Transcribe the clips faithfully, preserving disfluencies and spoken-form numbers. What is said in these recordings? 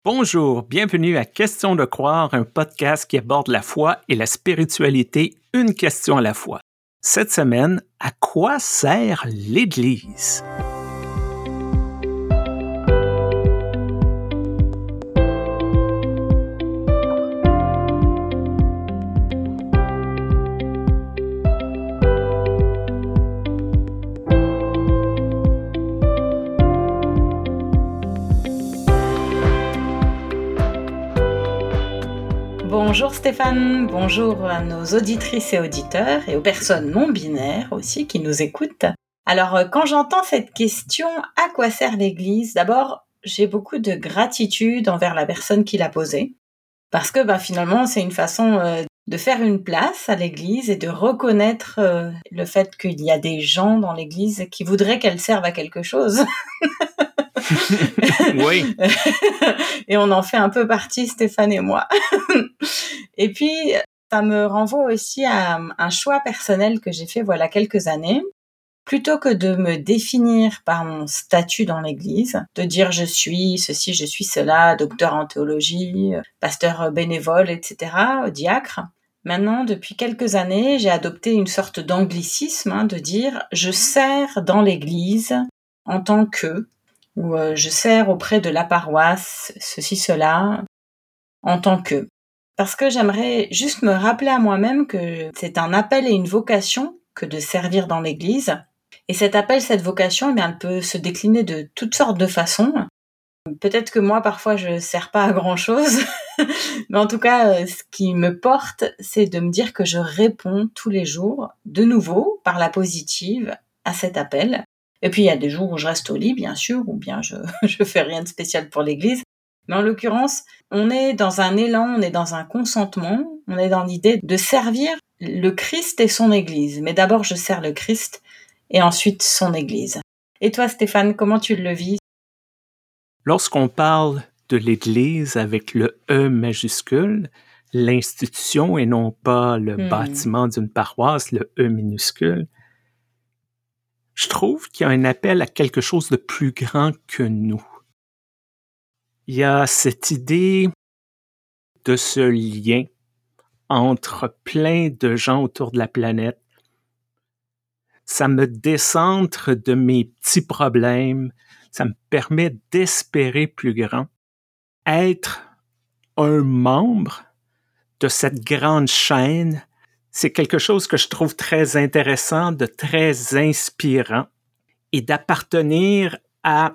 Bonjour, bienvenue à Question de croire, un podcast qui aborde la foi et la spiritualité, une question à la fois. Cette semaine, à quoi sert l'Église? Bonjour Stéphane, bonjour à nos auditrices et auditeurs et aux personnes non binaires aussi qui nous écoutent. Alors quand j'entends cette question, à quoi sert l'Église? D'abord, j'ai beaucoup de gratitude envers la personne qui l'a posée parce que bah, finalement c'est une façon euh, de faire une place à l'Église et de reconnaître euh, le fait qu'il y a des gens dans l'Église qui voudraient qu'elle serve à quelque chose. Oui. Et on en fait un peu partie, Stéphane et moi. Et puis, ça me renvoie aussi à un choix personnel que j'ai fait voilà quelques années. Plutôt que de me définir par mon statut dans l'Église, de dire je suis ceci, je suis cela, docteur en théologie, pasteur bénévole, et cetera, diacre. Maintenant, depuis quelques années, j'ai adopté une sorte d'anglicisme, hein, de dire je sers dans l'Église en tant que, ou euh, je sers auprès de la paroisse, ceci, cela, en tant que. Parce que j'aimerais juste me rappeler à moi-même que c'est un appel et une vocation que de servir dans l'Église. Et cet appel, cette vocation, eh bien, elle peut se décliner de toutes sortes de façons. Peut-être que moi, parfois, je ne sers pas à grand-chose. Mais en tout cas, ce qui me porte, c'est de me dire que je réponds tous les jours, de nouveau, par la positive, à cet appel. Et puis, il y a des jours où je reste au lit, bien sûr, ou bien je je fais rien de spécial pour l'Église. Mais en l'occurrence, on est dans un élan, on est dans un consentement, on est dans l'idée de servir le Christ et son Église. Mais d'abord, je sers le Christ et ensuite son Église. Et toi, Stéphane, comment tu le vis? Lorsqu'on parle de l'Église avec le E majuscule, l'institution et non pas le Hmm. bâtiment d'une paroisse, le E minuscule, je trouve qu'il y a un appel à quelque chose de plus grand que nous. Il y a cette idée de ce lien entre plein de gens autour de la planète. Ça me décentre de mes petits problèmes, ça me permet d'espérer plus grand. Être un membre de cette grande chaîne, c'est quelque chose que je trouve très intéressant, de très inspirant, et d'appartenir à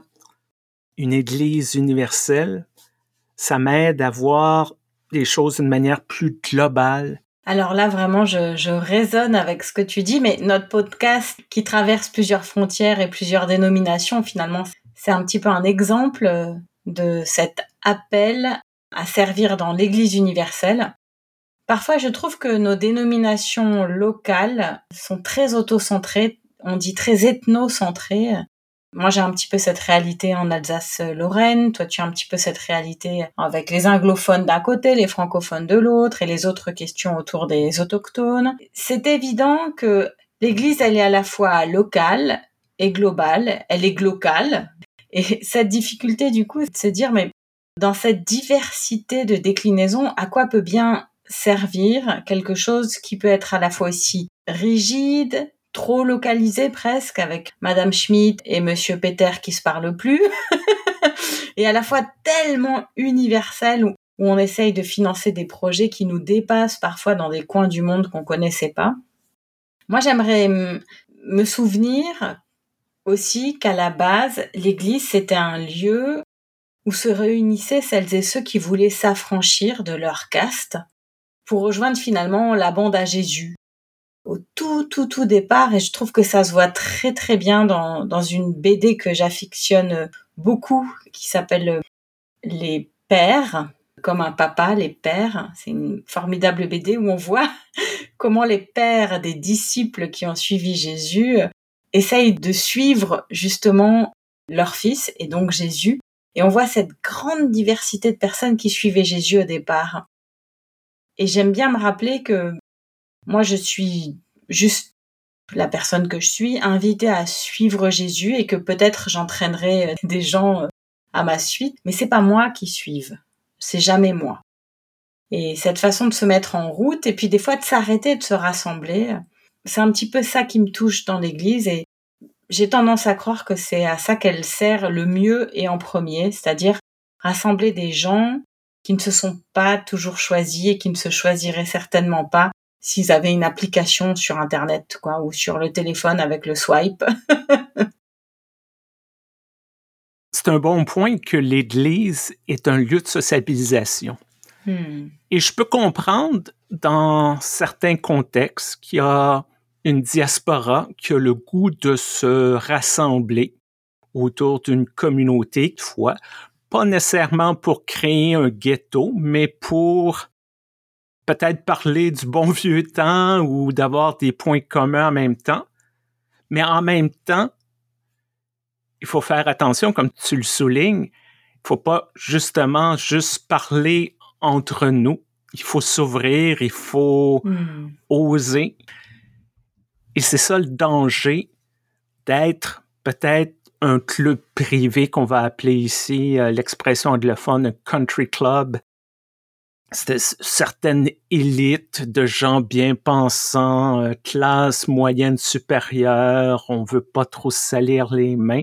une Église universelle, ça m'aide à voir les choses d'une manière plus globale. Alors là, vraiment, je, je résonne avec ce que tu dis, mais notre podcast qui traverse plusieurs frontières et plusieurs dénominations, finalement, c'est un petit peu un exemple de cet appel à servir dans l'Église universelle. Parfois, je trouve que nos dénominations locales sont très auto-centrées, on dit très ethno-centrées. Moi, j'ai un petit peu cette réalité en Alsace-Lorraine. Toi, tu as un petit peu cette réalité avec les anglophones d'un côté, les francophones de l'autre et les autres questions autour des autochtones. C'est évident que l'Église, elle est à la fois locale et globale. Elle est glocale. Et cette difficulté, du coup, c'est de se dire, mais dans cette diversité de déclinaisons, à quoi peut bien servir quelque chose qui peut être à la fois aussi rigide, trop localisé presque, avec Madame Schmitt et Monsieur Peter qui se parlent plus, et à la fois tellement universel où, où on essaye de financer des projets qui nous dépassent parfois dans des coins du monde qu'on connaissait pas. Moi, j'aimerais m- me souvenir aussi qu'à la base, l'Église, c'était un lieu où se réunissaient celles et ceux qui voulaient s'affranchir de leur caste pour rejoindre finalement la bande à Jésus. Au tout, tout, tout départ, et je trouve que ça se voit très, très bien dans, dans une B D que j'affectionne beaucoup, qui s'appelle Les Pères, comme un papa, les pères. C'est une formidable B D où on voit comment les pères des disciples qui ont suivi Jésus essayent de suivre justement leur fils, et donc Jésus. Et on voit cette grande diversité de personnes qui suivaient Jésus au départ. Et j'aime bien me rappeler que moi, je suis juste la personne que je suis, invitée à suivre Jésus et que peut-être j'entraînerai des gens à ma suite, mais c'est pas moi qui suive. C'est jamais moi. Et cette façon de se mettre en route, et puis des fois de s'arrêter, de se rassembler, c'est un petit peu ça qui me touche dans l'Église, et j'ai tendance à croire que c'est à ça qu'elle sert le mieux et en premier, c'est-à-dire rassembler des gens qui ne se sont pas toujours choisis et qui ne se choisiraient certainement pas s'ils avaient une application sur Internet, quoi, ou sur le téléphone avec le swipe. C'est un bon point que l'Église est un lieu de sociabilisation. Hmm. Et je peux comprendre dans certains contextes qu'il y a une diaspora qui a le goût de se rassembler autour d'une communauté de foi, pas nécessairement pour créer un ghetto, mais pour peut-être parler du bon vieux temps ou d'avoir des points communs en même temps. Mais en même temps, il faut faire attention, comme tu le soulignes, il ne faut pas justement juste parler entre nous. Il faut s'ouvrir, il faut mm. oser. Et c'est ça le danger d'être peut-être un club privé qu'on va appeler ici, euh, l'expression anglophone, un country club. C'est certaines élites de gens bien pensants, euh, classe moyenne supérieure, on veut pas trop se salir les mains.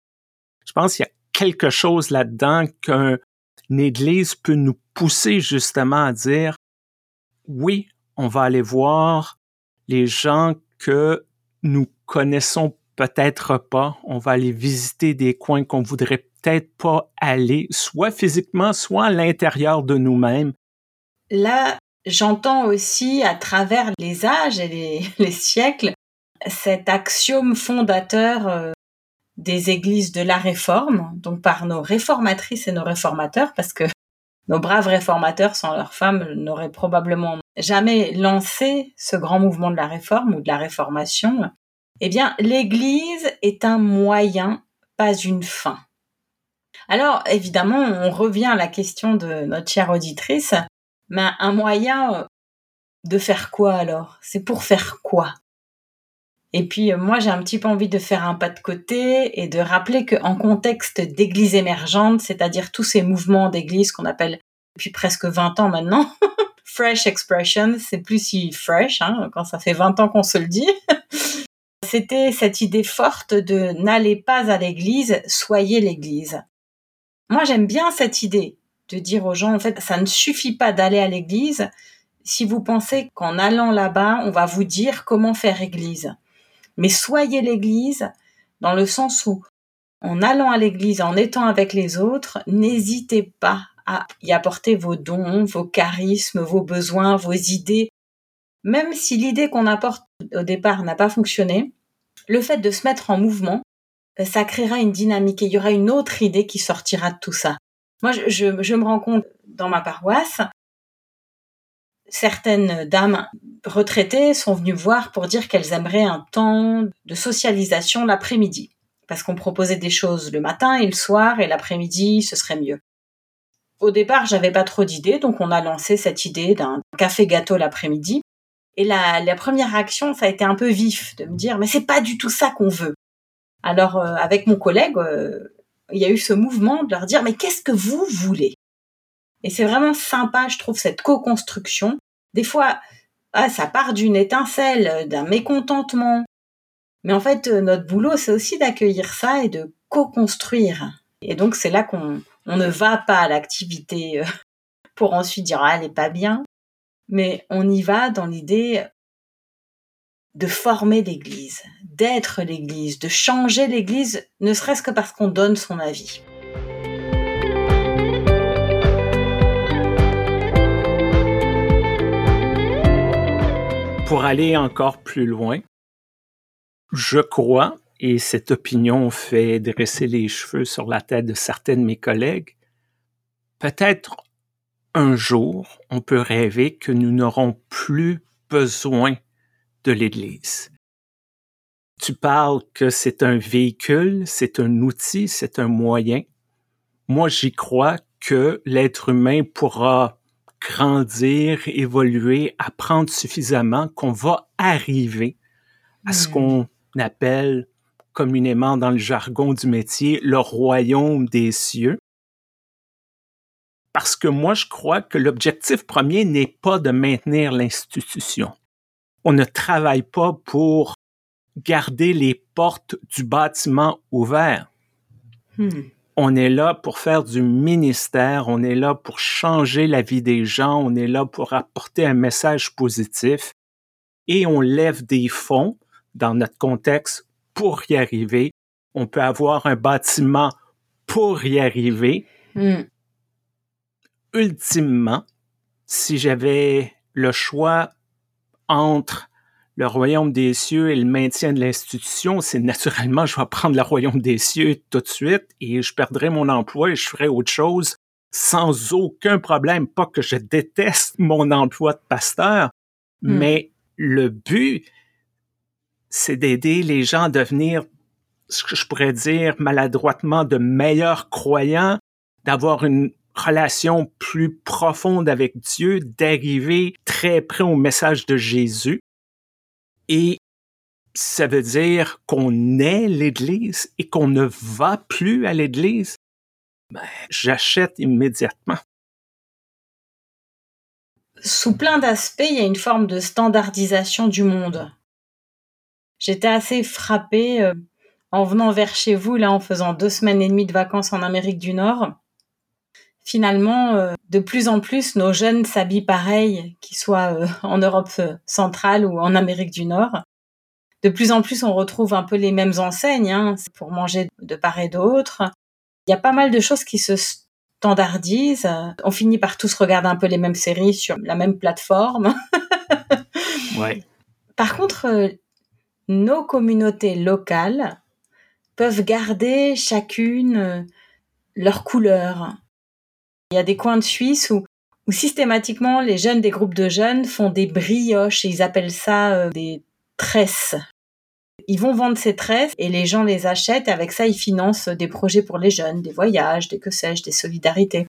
Je pense qu'il y a quelque chose là-dedans qu'une église peut nous pousser justement à dire oui, on va aller voir les gens que nous connaissons peut-être pas. On va aller visiter des coins qu'on voudrait peut-être pas aller, soit physiquement, soit à l'intérieur de nous-mêmes. Là, j'entends aussi à travers les âges et les, les siècles cet axiome fondateur euh, des églises de la Réforme, donc par nos réformatrices et nos réformateurs, parce que nos braves réformateurs, sans leurs femmes, n'auraient probablement jamais lancé ce grand mouvement de la Réforme ou de la Réformation. Eh bien, l'Église est un moyen, pas une fin. Alors, évidemment, on revient à la question de notre chère auditrice, mais un moyen de faire quoi alors ? C'est pour faire quoi ? Et puis, moi, j'ai un petit peu envie de faire un pas de côté et de rappeler qu'en contexte d'église émergente, c'est-à-dire tous ces mouvements d'église qu'on appelle depuis presque vingt ans maintenant, fresh expression, c'est plus si fresh, hein, quand ça fait vingt ans qu'on se le dit, c'était cette idée forte de « n'allez pas à l'église, soyez l'église ». Moi, j'aime bien cette idée de dire aux gens, en fait, ça ne suffit pas d'aller à l'église si vous pensez qu'en allant là-bas, on va vous dire comment faire église. Mais soyez l'église dans le sens où, en allant à l'église, en étant avec les autres, n'hésitez pas à y apporter vos dons, vos charismes, vos besoins, vos idées. Même si l'idée qu'on apporte au départ n'a pas fonctionné, le fait de se mettre en mouvement, ça créera une dynamique et il y aura une autre idée qui sortira de tout ça. Moi, je, je, je me rends compte dans ma paroisse, certaines dames retraitées sont venues voir pour dire qu'elles aimeraient un temps de socialisation l'après-midi. Parce qu'on proposait des choses le matin et le soir, et l'après-midi, ce serait mieux. Au départ, j'avais pas trop d'idées, donc on a lancé cette idée d'un café-gâteau l'après-midi. Et la, la première réaction, ça a été un peu vif, de me dire « mais c'est pas du tout ça qu'on veut ». Alors, euh, avec mon collègue, euh, il y a eu ce mouvement de leur dire « mais qu'est-ce que vous voulez ?» Et c'est vraiment sympa, je trouve, cette co-construction. Des fois, ah, ça part d'une étincelle, d'un mécontentement. Mais en fait, notre boulot, c'est aussi d'accueillir ça et de co-construire. Et donc, c'est là qu'on on ne va pas à l'activité euh, pour ensuite dire « ah, elle n'est pas bien ». Mais on y va dans l'idée de former l'Église, d'être l'Église, de changer l'Église, ne serait-ce que parce qu'on donne son avis. Pour aller encore plus loin, je crois, et cette opinion fait dresser les cheveux sur la tête de certains de mes collègues, peut-être un jour, on peut rêver que nous n'aurons plus besoin de l'Église. Tu parles que c'est un véhicule, c'est un outil, c'est un moyen. Moi, j'y crois que l'être humain pourra grandir, évoluer, apprendre suffisamment qu'on va arriver à ce qu'on appelle communément dans le jargon du métier, le royaume des cieux. Parce que moi, je crois que l'objectif premier n'est pas de maintenir l'institution. On ne travaille pas pour garder les portes du bâtiment ouvertes. Hmm. On est là pour faire du ministère, on est là pour changer la vie des gens, on est là pour apporter un message positif et on lève des fonds dans notre contexte pour y arriver. On peut avoir un bâtiment pour y arriver. Mm. Ultimement, si j'avais le choix entre le royaume des cieux et le maintien de l'institution, c'est naturellement, je vais prendre le royaume des cieux tout de suite et je perdrai mon emploi et je ferai autre chose sans aucun problème. Pas que je déteste mon emploi de pasteur, mm. mais le but, c'est d'aider les gens à devenir, ce que je pourrais dire maladroitement, de meilleurs croyants, d'avoir une relation plus profonde avec Dieu, d'arriver très près au message de Jésus. Et ça veut dire qu'on est l'Église et qu'on ne va plus à l'Église. Ben, j'achète immédiatement. Sous plein d'aspects, il y a une forme de standardisation du monde. J'étais assez frappée euh, en venant vers chez vous, là, en faisant deux semaines et demie de vacances en Amérique du Nord. Finalement, euh, de plus en plus, nos jeunes s'habillent pareil, qu'ils soient euh, en Europe centrale ou en Amérique du Nord. De plus en plus, on retrouve un peu les mêmes enseignes hein, pour manger de part et d'autre. Il y a pas mal de choses qui se standardisent. On finit par tous regarder un peu les mêmes séries sur la même plateforme. Ouais. Par contre, euh, nos communautés locales peuvent garder chacune euh, leur couleur. Il y a des coins de Suisse où, où systématiquement les jeunes des groupes de jeunes font des brioches et ils appellent ça euh, des tresses. Ils vont vendre ces tresses et les gens les achètent et avec ça ils financent des projets pour les jeunes, des voyages, des que sais-je, des solidarités.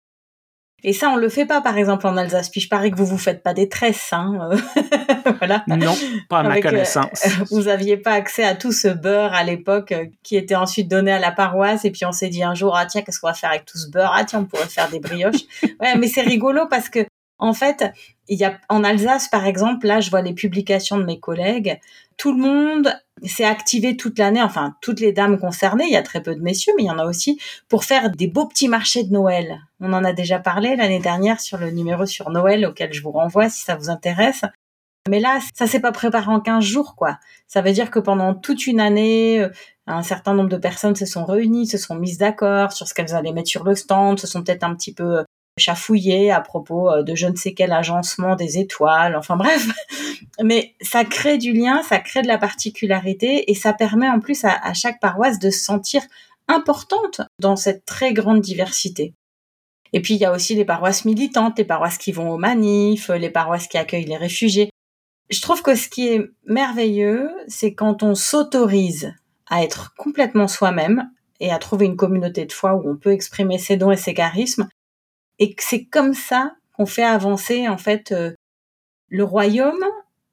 Et ça on le fait pas par exemple en Alsace. Puis je parie que vous vous faites pas des tresses, hein. Voilà. Non, pas à ma avec, connaissance. Euh, vous aviez pas accès à tout ce beurre à l'époque euh, qui était ensuite donné à la paroisse et puis on s'est dit un jour ah tiens qu'est-ce qu'on va faire avec tout ce beurre, ah tiens on pourrait faire des brioches. Ouais mais c'est rigolo parce que en fait il y a en Alsace par exemple là je vois les publications de mes collègues, tout le monde s'est activé toute l'année, enfin toutes les dames concernées, il y a très peu de messieurs mais il y en a aussi pour faire des beaux petits marchés de Noël. On en a déjà parlé l'année dernière sur le numéro sur Noël auquel je vous renvoie si ça vous intéresse. Mais là, ça s'est pas préparé en quinze jours, quoi. Ça veut dire que pendant toute une année, un certain nombre de personnes se sont réunies, se sont mises d'accord sur ce qu'elles allaient mettre sur le stand, se sont peut-être un petit peu chafouillées à propos de je ne sais quel agencement des étoiles, enfin bref. Mais ça crée du lien, ça crée de la particularité et ça permet en plus à, à chaque paroisse de se sentir importante dans cette très grande diversité. Et puis, il y a aussi les paroisses militantes, les paroisses qui vont aux manifs, les paroisses qui accueillent les réfugiés. Je trouve que ce qui est merveilleux, c'est quand on s'autorise à être complètement soi-même et à trouver une communauté de foi où on peut exprimer ses dons et ses charismes. Et que c'est comme ça qu'on fait avancer, en fait, euh, le royaume,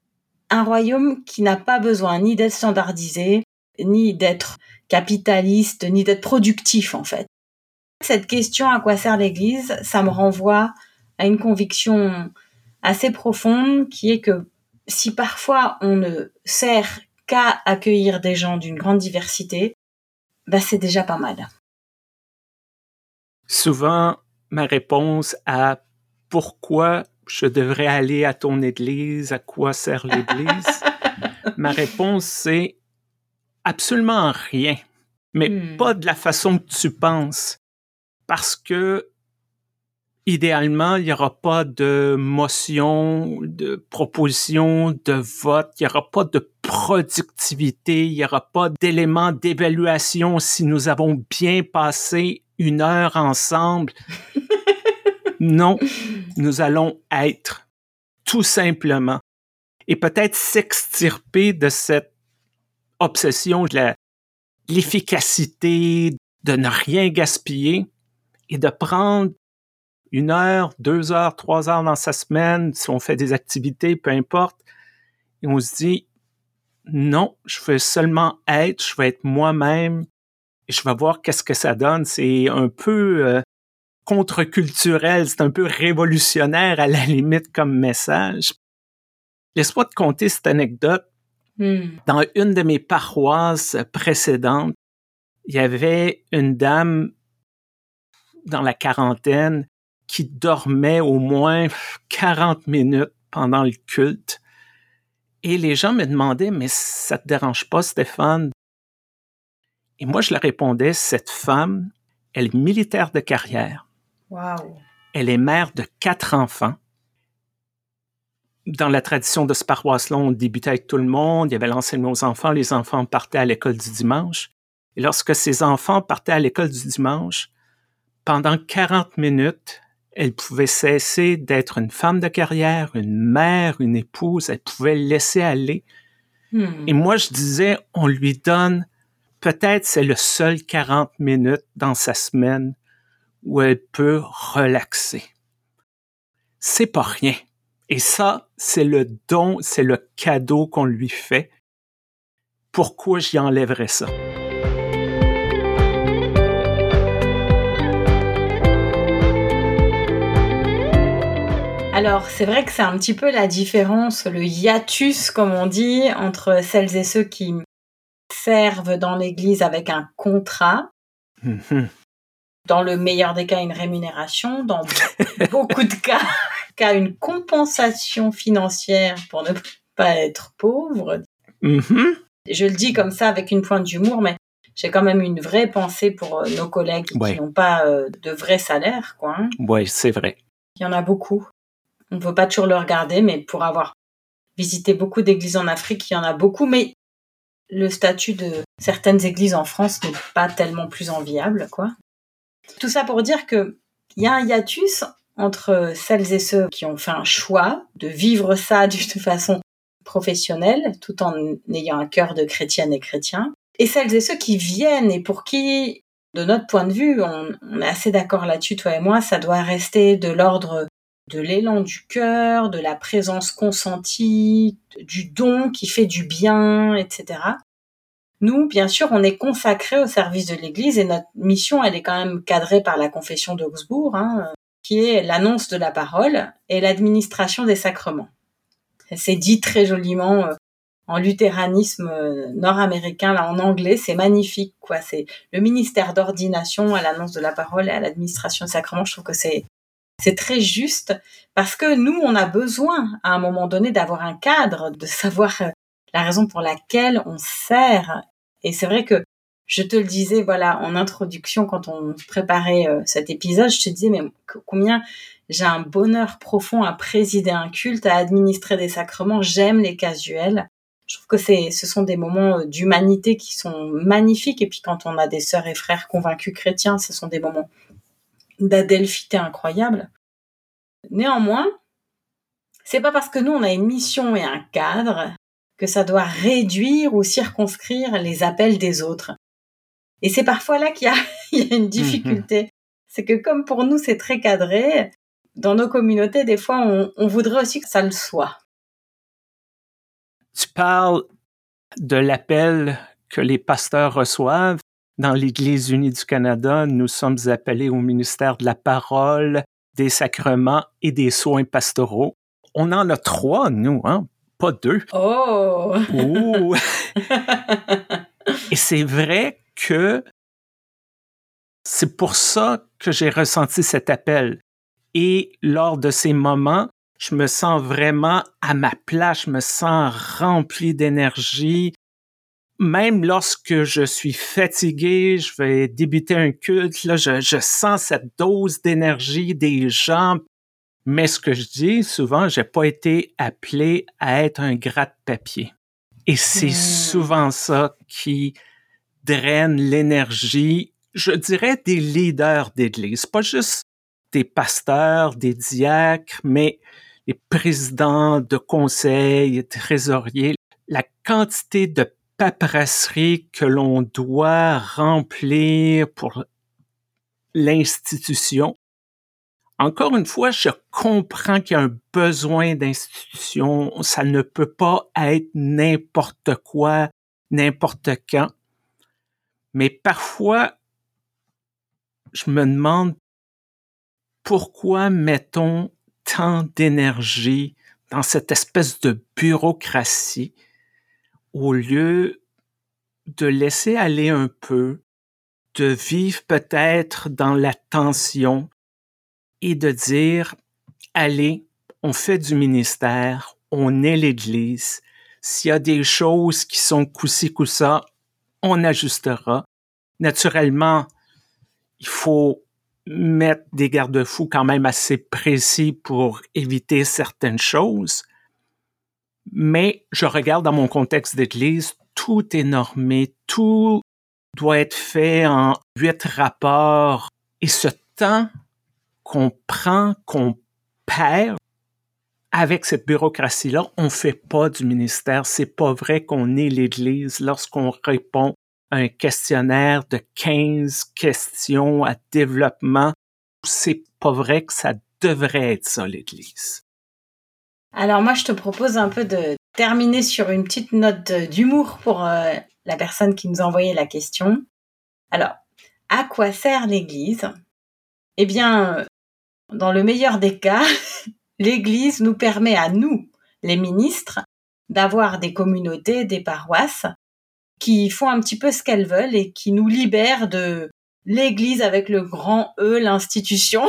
un royaume qui n'a pas besoin ni d'être standardisé, ni d'être capitaliste, ni d'être productif, en fait. Cette question à quoi sert l'Église, ça me renvoie à une conviction assez profonde qui est que si parfois on ne sert qu'à accueillir des gens d'une grande diversité, bah c'est déjà pas mal. Souvent, ma réponse à pourquoi je devrais aller à ton église, à quoi sert l'Église, ma réponse c'est absolument rien, mais hmm. pas de la façon que tu penses. Parce que, idéalement, il n'y aura pas de motion, de proposition, de vote, il n'y aura pas de productivité, il n'y aura pas d'éléments d'évaluation si nous avons bien passé une heure ensemble. Non, nous allons être, tout simplement. Et peut-être s'extirper de cette obsession de la, l'efficacité, de ne rien gaspiller. Et de prendre une heure, deux heures, trois heures dans sa semaine, si on fait des activités, peu importe, et on se dit, non, je veux seulement être, je veux être moi-même et je vais voir qu'est-ce que ça donne. C'est un peu euh, contre-culturel, c'est un peu révolutionnaire à la limite comme message. Laisse-moi te conter cette anecdote. Mm. Dans une de mes paroisses précédentes, il y avait une dame dans la quarantaine qui dormait au moins quarante minutes pendant le culte. Et les gens me demandaient, mais ça te dérange pas, Stéphane? Et moi, je leur répondais, cette femme, elle est militaire de carrière. Wow. Elle est mère de quatre enfants. Dans la tradition de ce paroisse-là, on débutait avec tout le monde. Il y avait l'enseignement aux enfants. Les enfants partaient à l'école du dimanche. Et lorsque ces enfants partaient à l'école du dimanche, pendant quarante minutes, elle pouvait cesser d'être une femme de carrière, une mère, une épouse. Elle pouvait laisser aller. Hmm. Et moi, je disais, on lui donne, peut-être c'est le seul quarante minutes dans sa semaine où elle peut relaxer. C'est pas rien. Et ça, c'est le don, c'est le cadeau qu'on lui fait. Pourquoi j'y enlèverais ça? Alors, c'est vrai que c'est un petit peu la différence, le hiatus, comme on dit, entre celles et ceux qui servent dans l'Église avec un contrat, Mm-hmm. dans le meilleur des cas, une rémunération, dans beaucoup de cas, cas, une compensation financière pour ne pas être pauvre. Mm-hmm. Je le dis comme ça avec une pointe d'humour, mais j'ai quand même une vraie pensée pour nos collègues Ouais. qui n'ont pas euh, de vrai salaire, quoi. Hein. Oui, c'est vrai. Il y en a beaucoup. On ne peut pas toujours le regarder, mais pour avoir visité beaucoup d'églises en Afrique, il y en a beaucoup, mais le statut de certaines églises en France n'est pas tellement plus enviable, quoi. Tout ça pour dire que il y a un hiatus entre celles et ceux qui ont fait un choix de vivre ça d'une façon professionnelle, tout en ayant un cœur de chrétienne et chrétien, et celles et ceux qui viennent et pour qui, de notre point de vue, on, on est assez d'accord là-dessus, toi et moi, ça doit rester de l'ordre de l'élan du cœur, de la présence consentie, du don qui fait du bien, et cetera. Nous, bien sûr, on est consacrés au service de l'Église et notre mission, elle est quand même cadrée par la confession d'Augsbourg, hein, qui est l'annonce de la parole et l'administration des sacrements. C'est dit très joliment euh, en luthéranisme euh, nord-américain, là en anglais, c'est magnifique, quoi. C'est le ministère d'ordination à l'annonce de la parole et à l'administration des sacrements. Je trouve que c'est c'est très juste parce que nous, on a besoin à un moment donné d'avoir un cadre, de savoir la raison pour laquelle on sert. Et c'est vrai que je te le disais, voilà, en introduction, quand on préparait euh, cet épisode, je te disais, mais combien j'ai un bonheur profond à présider un culte, à administrer des sacrements. J'aime les casuels. Je trouve que c'est, ce sont des moments d'humanité qui sont magnifiques. Et puis quand on a des sœurs et frères convaincus chrétiens, ce sont des moments d'adelphité incroyable. Néanmoins, c'est pas parce que nous on a une mission et un cadre que ça doit réduire ou circonscrire les appels des autres. Et c'est parfois là qu'il y a, il y a une difficulté. Mmh. C'est que comme pour nous c'est très cadré, dans nos communautés des fois on, on voudrait aussi que ça le soit. Tu parles de l'appel que les pasteurs reçoivent. Dans l'Église unie du Canada, nous sommes appelés au ministère de la parole, des sacrements et des soins pastoraux. On en a trois, nous, hein? Pas deux. Oh! Ouh! Et c'est vrai que c'est pour ça que j'ai ressenti cet appel. Et lors de ces moments, je me sens vraiment à ma place, je me sens rempli d'énergie. Même lorsque je suis fatigué, je vais débuter un culte, là, je, je sens cette dose d'énergie des gens. Mais ce que je dis souvent, j'ai pas été appelé à être un gratte-papier. Et c'est mmh. souvent ça qui draine l'énergie, je dirais, des leaders d'église. Pas juste des pasteurs, des diacres, mais les présidents de conseils, les trésoriers. La quantité de paperasserie que l'on doit remplir pour l'institution. encore une fois, je comprends qu'il y a un besoin d'institution. Ça ne peut pas être n'importe quoi, n'importe quand. Mais parfois, je me demande pourquoi mettons tant d'énergie dans cette espèce de bureaucratie au lieu de laisser aller un peu, de vivre peut-être dans la tension et de dire, allez, on fait du ministère, on est l'Église. S'il y a des choses qui sont coup-ci, coup-ça, on ajustera. Naturellement, il faut mettre des garde-fous quand même assez précis pour éviter certaines choses. Mais je regarde dans mon contexte d'Église, tout est normé, tout doit être fait en huit rapports. Et ce temps qu'on prend, qu'on perd avec cette bureaucratie-là, on fait pas du ministère. C'est pas vrai qu'on est l'Église lorsqu'on répond à un questionnaire de quinze questions à développement. C'est pas vrai que ça devrait être ça, l'Église. Alors moi, je te propose un peu de terminer sur une petite note d'humour pour euh, la personne qui nous a envoyé la question. Alors, à quoi sert l'Église ? Eh bien, dans le meilleur des cas, l'Église nous permet à nous, les ministres, d'avoir des communautés, des paroisses qui font un petit peu ce qu'elles veulent et qui nous libèrent de l'Église avec le grand E, l'institution.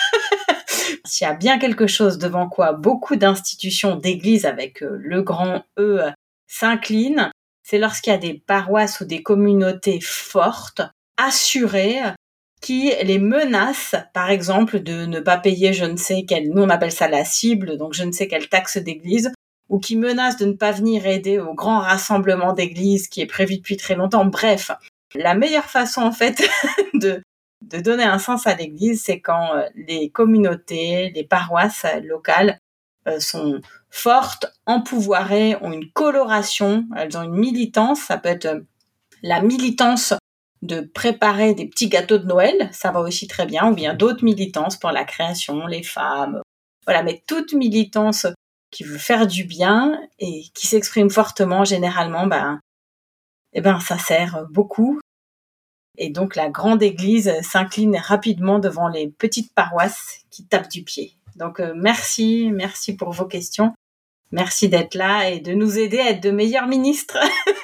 S'il y a bien quelque chose devant quoi beaucoup d'institutions d'églises avec le grand E s'inclinent, c'est lorsqu'il y a des paroisses ou des communautés fortes, assurées, qui les menacent, par exemple, de ne pas payer je ne sais quelle, nous on appelle ça la cible, donc je ne sais quelle taxe d'église, ou qui menacent de ne pas venir aider au grand rassemblement d'églises qui est prévu depuis très longtemps. Bref, la meilleure façon en fait de de donner un sens à l'Église, c'est quand euh, les communautés, les paroisses locales euh, sont fortes, empouvoirées, ont une coloration, elles ont une militance. Ça peut être euh, la militance de préparer des petits gâteaux de Noël, ça va aussi très bien, ou bien d'autres militances pour la création, les femmes. Voilà, mais toute militance qui veut faire du bien et qui s'exprime fortement, généralement, ben, eh ben, ça sert beaucoup. Et donc, la grande église s'incline rapidement devant les petites paroisses qui tapent du pied. Donc, euh, merci, merci pour vos questions. Merci d'être là et de nous aider à être de meilleurs ministres.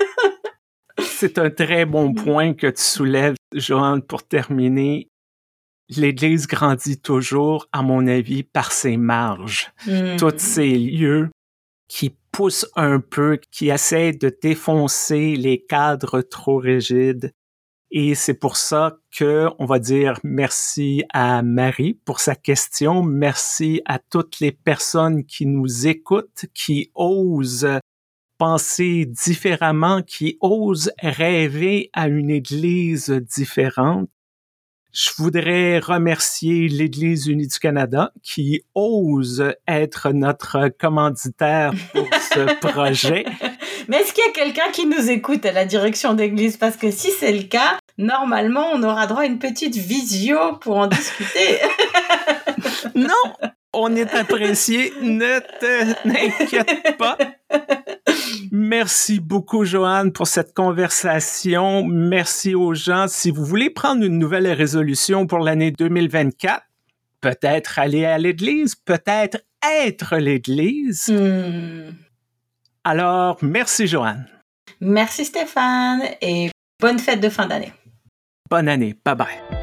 C'est un très bon point que tu soulèves, Joanne, pour terminer. L'Église grandit toujours, à mon avis, par ses marges. Mmh. Tous ces lieux qui poussent un peu, qui essaient de défoncer les cadres trop rigides. Et c'est pour ça que on va dire merci à Marie pour sa question. Merci à toutes les personnes qui nous écoutent, qui osent penser différemment, qui osent rêver à une église différente. Je voudrais remercier l'Église unie du Canada qui ose être notre commanditaire pour ce projet. Mais est-ce qu'il y a quelqu'un qui nous écoute à la direction d'église? Parce que si c'est le cas, normalement, on aura droit à une petite visio pour en discuter. Non, on est apprécié. Ne te n'inquiète pas. Merci beaucoup, Joanne, pour cette conversation. Merci aux gens. Si vous voulez prendre une nouvelle résolution pour l'année deux mille vingt-quatre, peut-être aller à l'église, peut-être être l'église. Hmm. Alors, merci, Joanne. Merci, Stéphane, et bonne fête de fin d'année. Bonne année. Bye-bye.